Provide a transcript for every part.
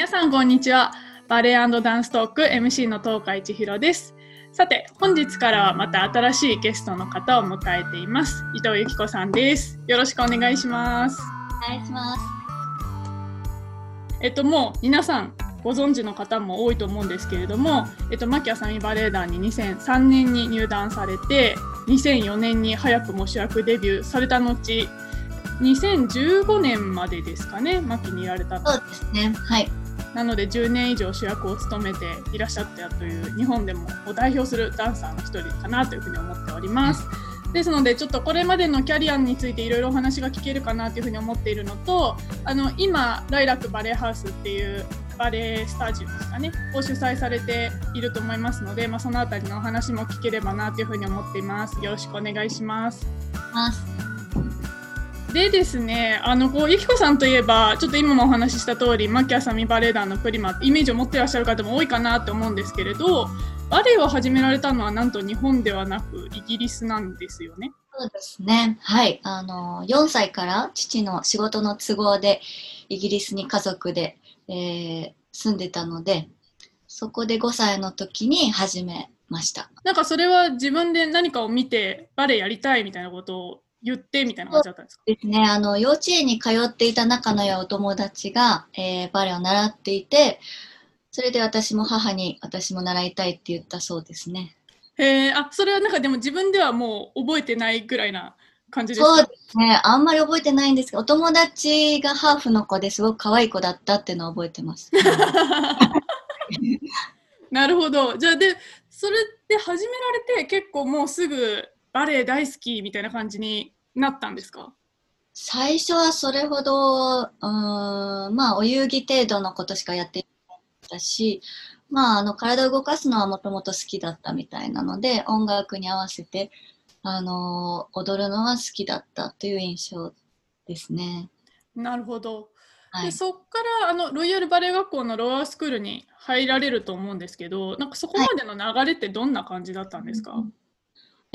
皆さんこんにちは。バレエ&ダンストーク MC の東海千尋です。さて、本日からはまた新しいゲストの方を迎えています。伊藤由紀子さんです。よろしくお願いします。 お願いします。 もう皆さんご存知の方も多いと思うんですけれども、牧あさみバレエ団に2003年に入団されて、2004年に早くも主役デビューされた後、2015年までですかね、牧にいられたの。 そうですね。はい。 なので10年以上主役を務めていらっしゃったという日本でも代表するダンサーの一人かなというふうに思っております。ですのでちょっとこれまでのキャリアについていろいろお話が聞けるかなというふうに思っているのと、今ライラックバレエハウスっていうバレエスタジオですかねを主催されていると思いますので、そのあたりのお話も聞ければなというふうに思っています。よろしくお願いします。でですね、由紀子さんといえば、ちょっと今もお話しした通り、牧あさみバレエ団のプリマイメージを持っていらっしゃる方も多いかなと思うんですけれど、バレエを始められたのはなんと日本ではなくイギリスなんですよね。 そうですね。はい。4歳から父の仕事の都合でイギリスに家族で、住んでたので、そこで5歳の時に始めました。 なんかそれは自分で何かを見てバレエやりたいみたいなことを言ってみたいな感じだったんですか？ そうですね。幼稚園に通っていた仲の良いお友達が、バレエを習っていて、それで私も母に私も習いたいって言ったそうですね。 それはなんかでも自分ではもう覚えてないぐらいな感じですか？ そうですね。あんまり覚えてないんですけど、お友達がハーフの子ですごく可愛い子だったっていうのは覚えてます。 なるほど。じゃあそれで始められて結構もうすぐバレエ大好きみたいな感じになったんですか？ 最初はそれほど、お遊戯程度のことしかやっていなかったし、体を動かすのはもともと好きだったみたいなので、音楽に合わせて、踊るのは好きだったという印象ですね。 なるほど。 はい、 でそこからロイヤルバレエ学校のロアースクールに入られると思うんですけど、なんかそこまでの流れってどんな感じだったんですか？ はい、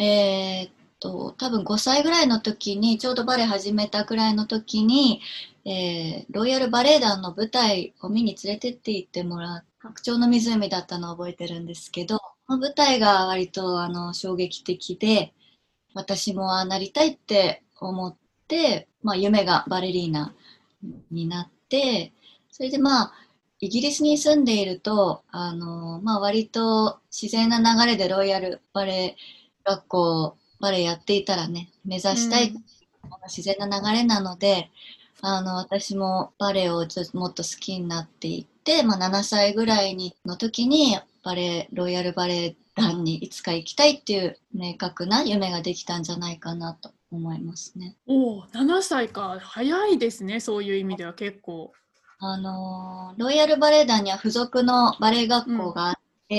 多分5歳ぐらいの時に、ちょうどバレエ始めたぐらいの時に、ロイヤルバレエ団の舞台を見に連れてって行ってもらう白鳥の湖だったのを覚えてるんですけど、この舞台が割と衝撃的で、私もなりたいって思って、夢がバレリーナになって、それでイギリスに住んでいると、割と自然な流れでロイヤルバレエ学校バレエやっていたらね、目指したい自然な流れなので、私もバレエをもっと好きになっていって、7歳ぐらいの時にロイヤルバレエ団にいつか行きたいっていう明確な夢ができたんじゃないかなと思いますね。 おー、7歳か。早いですね、そういう意味では結構。 ロイヤルバレエ団には付属のバレエ学校があって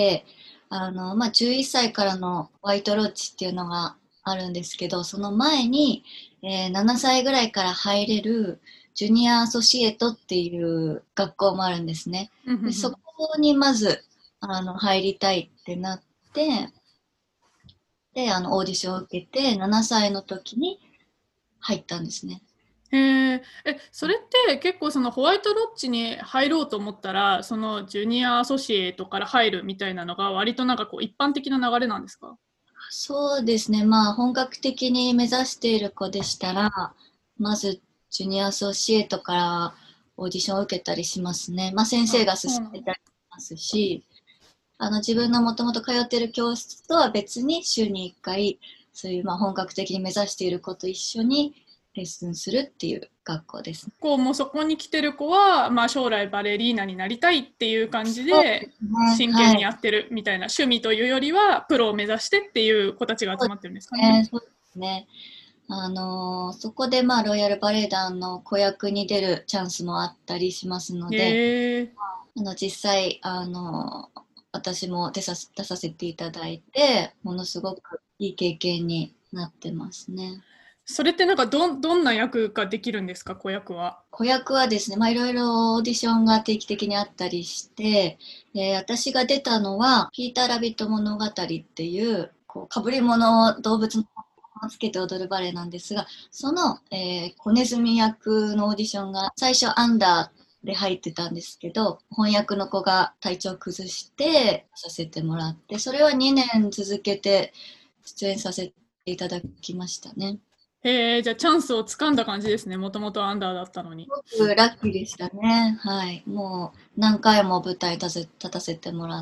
、11歳からのホワイトロッジっていうのがあるんですけど、その前に、7歳ぐらいから入れるジュニアアソシエトっていう学校もあるんですね。でそこにまず入りたいってなって、で、オーディションを受けて、7歳の時に入ったんですね。 それって結構そのホワイトロッジに入ろうと思ったら、そのジュニアアソシエイトから入るみたいなのが割となんかこう一般的な流れなんですか？ そうですね。本格的に目指している子でしたら、まずジュニアアソシエイトからオーディションを受けたりしますね。先生が勧めたりしますし、自分のもともと通っている教室とは別に週に1回、そういう本格的に目指している子と一緒にレッスンするっていう学校です。 もうそこに来てる子は、将来バレリーナになりたいっていう感じで真剣にやってるみたいな、趣味というよりはプロを目指してっていう子たちが集まってるんですかね。 そうですね。そこでロイヤルバレエ団の子役に出るチャンスもあったりしますので、実際私も出させていただいて、ものすごくいい経験になってますね。 それってなんかどんな役ができるんですか、子役は？ 子役はですね、いろいろオーディションが定期的にあったりして、私が出たのは、ピーター・ラビット物語っていう、かぶり物を動物のつけて踊るバレエなんですが、その、子ネズミ役のオーディションが最初アンダで入ってたんですけど、翻訳の子が体調崩してさせてもらって、それは2年続けて出演させていただきましたね。 へえ、じゃあチャンスをつかんだ感じですね。もともとアンダーだったのに。 すごくラッキーでしたね。はい。もう何回も舞台立たせてもらって、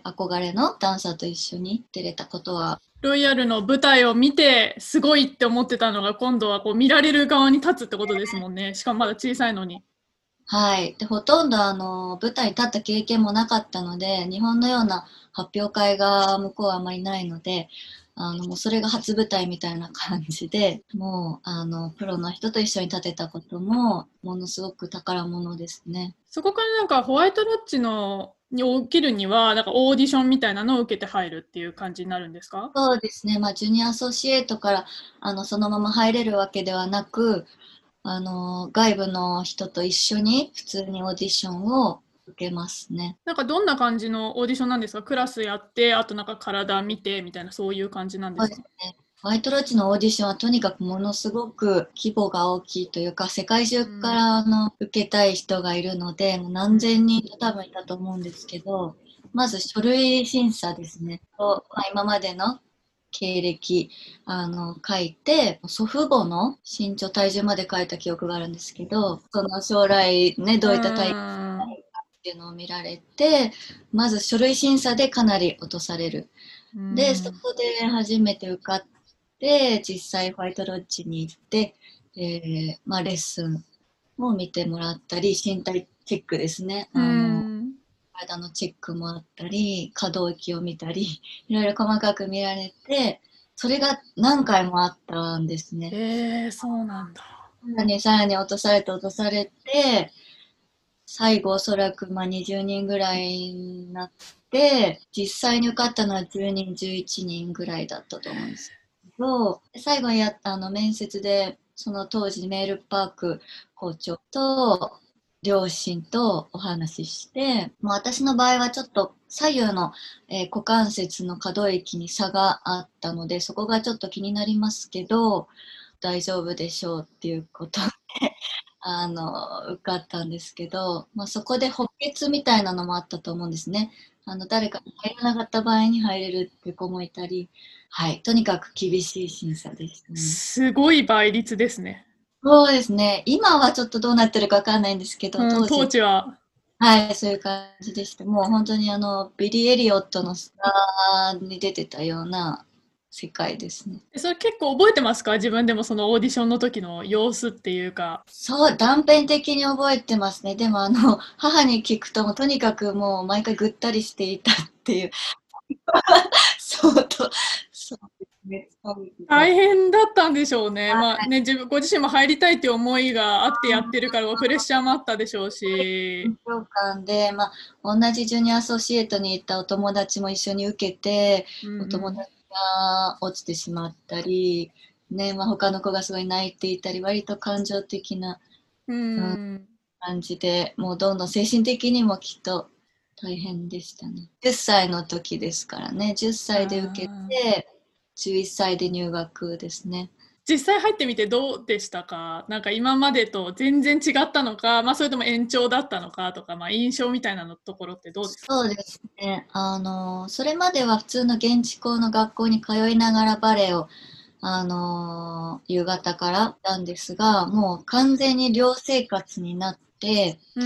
憧れのダンサーと一緒に出れたことは。 ロイヤルの舞台を見て、すごいって思ってたのが、今度はこう見られる側に立つってことですもんね。しかもまだ小さいのに。 はい。で、ほとんど舞台に立った経験もなかったので、日本のような発表会が向こうはあまりないので、もうそれが初舞台みたいな感じで、もう、プロの人と一緒に立てたことも、ものすごく宝物ですね。 そこからなんかホワイトロッジのに起きるには、なんかオーディションみたいなのを受けて入るっていう感じになるんですか？ そうですね。まあ、ジュニアアソシエイトから、そのまま入れるわけではなく、外部の人と一緒に普通にオーディションを受けますね。 なんかどんな感じのオーディションなんですか？クラスやって、あとなんか体見てみたいな、そういう感じなんでそうすか？ ですね。ホワイトロッジのオーディションはとにかくものすごく規模が大きいというか、世界中かうん。 ら受けたい人がいるので、もう何千人と多分いたと思うんですけど、まず書類審査ですね。と、まあ、今までの経歴、書いて、祖父母の身長、体重まで書いた記憶があるんですけど、その将来ね、どうういった体型ーん。 っていうのを見られて、まず書類審査でかなり落とされる。 うで、そん。 こで初めて受かって、実際ホワイトロッジに行って、まあ、レッスンを見てもらったり、身体チェックですね。 うん。 体のチェックもあったり、可動域を見たり、いろいろ細かく見られて、それが何回もあったんですね。 そうなんだ。 さらに落とされて、最後おそらくまあ20人ぐらいになって、実際に受かったのは10人、11人ぐらいだったと思うんですけど、最後にやった面接で、その当時メールパーク校長と両親とお話しして、もう私の場合はちょっと左右の、股関節の可動域に差があったので、そこがちょっと気になりますけど、大丈夫でしょうっていうことで受かったんですけど、まあ、そこで補欠みたいなのもあったと思うんですね。誰かに入らなかった場合に入れるって子もいたり、はい、とにかく厳しい審査でしたね。 すごい倍率ですね。 そうですね。今はちょっとどうなってるかわかんないんですけど、 うん、 当時、 当時は。 はい、そういう感じでした。もう本当にビリー・エリオットのスターに出てたような世界ですね。 それ結構覚えてますか？自分でもそのオーディションの時の様子っていうか。 そう、断片的に覚えてますね。でも母に聞くともうとにかくもう毎回ぐったりしていたっていう、そうと、そうですね。そういう大変だったんでしょうね。まあね、ご自身も入りたいっていう思いがあってやってるから、プレッシャーもあったでしょうし。 緊張感で、まあ、同じジュニアアソシエイトに行ったお友達も一緒に受けて、 うんうん。 お友達が落ちてしまったり、ね、まあ、他の子がすごい泣いていたり、割と感情的な、 ううん、 ん。 感じで、もうどんどん精神的にもきっと大変でしたね。10歳の時ですからね、10歳で受けあーて、11歳で入学ですね。 実際入ってみてどうでしたか？なんか今までと全然違ったのか、まあそれとも延長だったのかとか、まあ印象みたいなのところってどうですか？ そうですね。それまでは普通の現地校の学校に通いながらバレエを、夕方からやったんですが、もう完全に寮生活になって、 うん。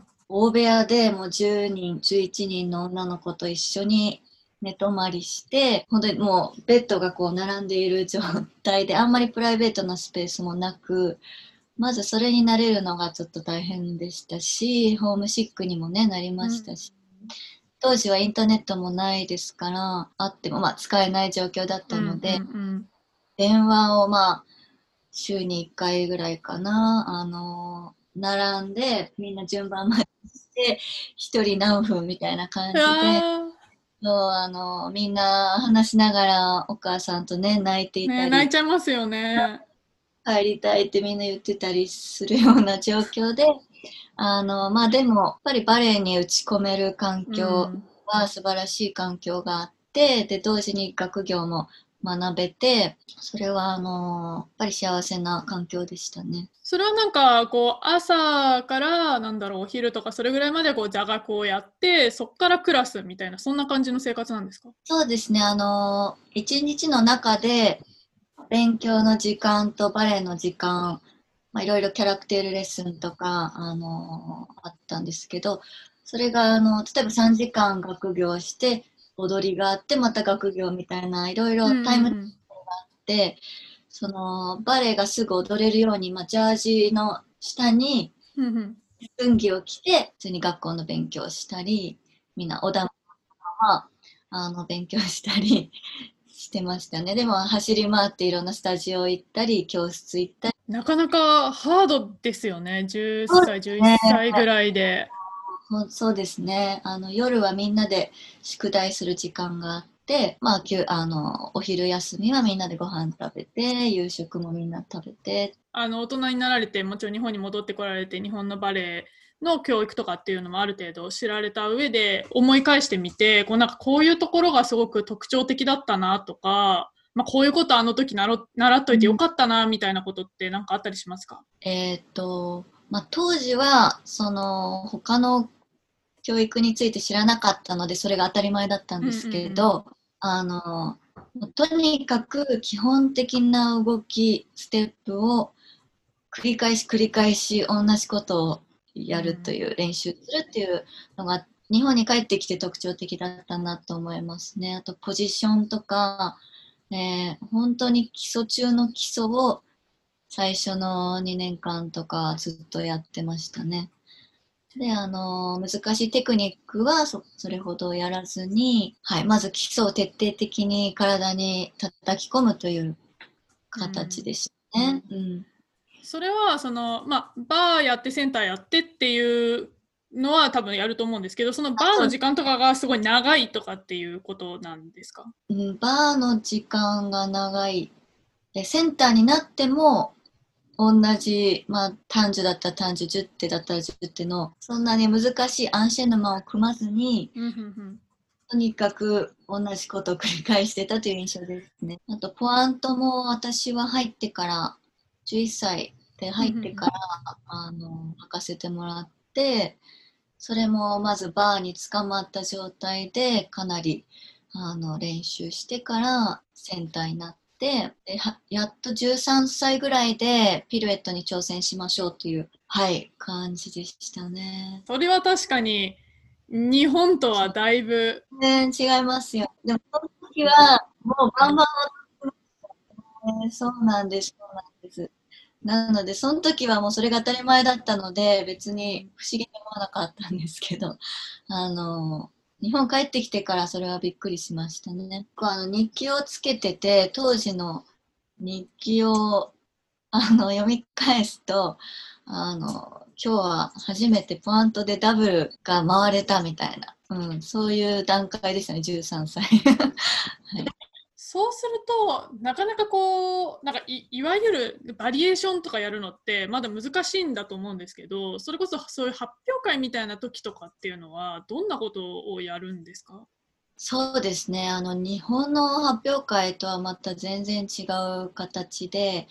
大部屋でもう10人、11人の女の子と一緒に寝泊まりして、本当にもうベッドがこう並んでいる状態で、あんまりプライベートなスペースもなく、まずそれに慣れるのがちょっと大変でしたし、ホームシックにもね、なりうん。 ましたし、当時はインターネットもないですから、あってもまあ使えない状況だっうん。うたので、 ん。 電話をまあ週に1回ぐらいかな、並んでみんな順番待ちして、1人何分みたいな感うじで、 わそうみんな話しながらお母さんとね、泣いてー、ね、泣いいたり、 ちゃいますよね。 帰りたいってみんな言ってたりするような状況で、まあでも、やっぱりバレエに打ち込める環境うん。 は素晴らしい環境があって、で、同時に学業も学べて、それはやっぱり幸せな環境でしたね。 それはなんかこう朝からなんだろうお昼とかそれぐらいまでこう座学をやってそこからクラスみたいなそんな感じの生活なんですか？ そうですね、一日の中で勉強の時間とバレエの時間、いろいろキャラクターレッスンとか、あったんですけど、それが、例えば3時間学業して、踊りがあって、また学業みたいな、いろいろタイムがあって、その、バレエがすぐ踊れるように、ジャージの下に、運着を着て、普通に学校の勉強をしたり、みんな、おだんは、勉強したりしてましたね。でも、走り回っていろんなスタジオ行ったり、教室行ったり。 なかなかハードですよね。10 そうで歳、11 すね。 歳ぐらいで。 そうですね。夜はみんなで宿題する時間があって、お昼休みはみんなでご飯食べて、夕食もみんな食べて。 大人になられて、もちろん日本に戻ってこられて、日本のバレエの教育とかっていうのもある程度知られた上で、思い返してみて、こうなんかこういうところがすごく特徴的だったなとか、こういうことあの時習っといてよかったなみたいなことって何かあったりしますか？ 当時は、その、他の教育について知らなかったので、それが当たり前だったんですけど、とにかく基本的な動き、ステップを繰り返し繰り返し同じことをやるという、練習するっていうのが日本に帰ってきて特徴的だったなと思いますね。あとポジションとか、本当に基礎中の基礎を最初の2年間とかずっとやってましたね。で、難しいテクニックはそれほどやらずに、はい、まず基礎を徹底的に体に叩き込むという形でしたね。 それはその、バーやってセンターやってっていうのは多分やると思うんですけど、そのバーの時間とかがすごい長いとかっていうことなんですか？ バーの時間が長い。センターになっても同じ、単樹だったら単樹、10手だったら10手の、そんなに難しいアンシェヌマンを組まずに、とにかく同じことを繰り返してたという印象ですね。あと、ポアントも私は入ってから、11歳で入ってから、履かせてもらって、それもまずバーに捕まった状態で、かなり練習してからセンターになって、やっと13歳ぐらいでピルエットに挑戦しましょうという、はい、感じでしたね。 それは確かに日本とはだいぶ全然違いますよ。でもその時はもうバンバン、そうなんです、そうなんです。なのでその時はもうそれが当たり前だったので別に不思議に思わなかったんですけど、日本帰ってきてからそれはびっくりしましたね。日記をつけてて、当時の日記を読み返すと、今日は初めてポワントでダブルが回れたみたいな、そういう段階でしたね、13歳。はい、 そうするとなかなかこうなんかいわゆるバリエーションとかやるのってまだ難しいんだと思うんですけど、それこそそういう発表会みたいな時とかっていうのはどんなことをやるんですか？ そうですね。日本の発表会とはまた全然違う形で、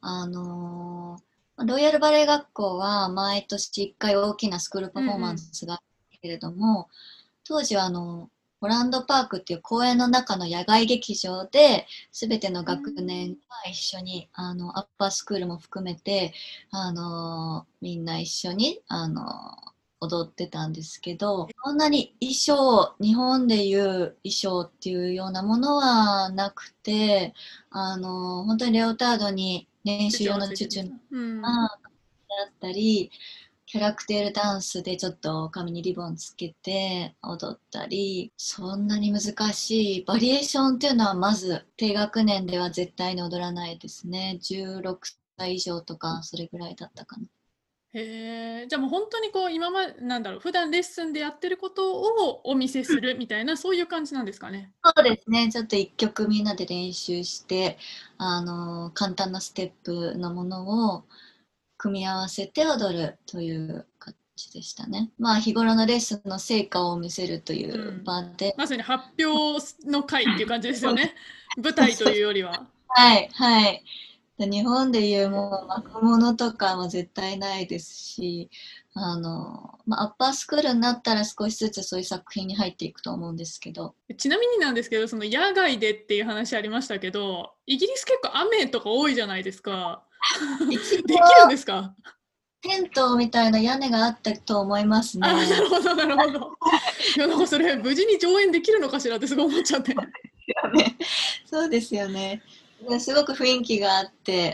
ロイヤルバレエ学校は毎年1回大きなスクールパフォーマンスがあるけれども、当時はホランドパークっていう公園の中の野外劇場で全ての学年が一緒にアッパースクールも含めてみんな一緒に踊ってたんですけど、そんなに衣装、日本でいう衣装っていうようなものはなくて、本当にレオタードに練習用のチュチュがあったり、キャラクターダンスでちょっと髪にリボンつけて踊ったり、そんなに難しいバリエーションっていうのはまず低学年では絶対に踊らないですね。16歳以上とかそれぐらいだったかな。 へえ、じゃあもう本当にこう今までなんだろう普段レッスンでやってることをお見せするみたいなそういう感じなんですかね。 そうですね。ちょっと一曲みんなで練習して、簡単なステップのものを組み合わせて踊るというじでしたね。まあ日頃のレッスンの成果を見せるという場で、 まさに発表の会っていう感じですよね。舞台というよりは。 はいはい。で日本でいうもう幕物とかも絶対ないですし、まあ、アッパースクールになったら少しずつそういう作品に入っていくと思うんですけど。 ちなみになんですけど、その野外でっていう話ありましたけど、イギリス結構雨とか多いじゃないですか。 一できるんですか？ テントみたいな屋根があったと思いますあ、なね。 るほど、なるほど。いや、なんかそれ、無事に上演できるのかしらってすごい思っちゃって。 そうですよね。すごく雰囲気があって、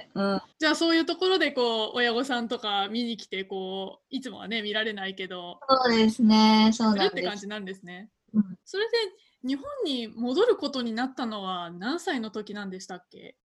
うん、 じゃあ、そういうところで、こう、親御さんとか見に来て、こう、いつもはね、見られないけど、 そうですね、そうするなんです。 って感じなんですね。 うん、 それで、日本に戻ることになったのは何歳の時なんでしたっけ？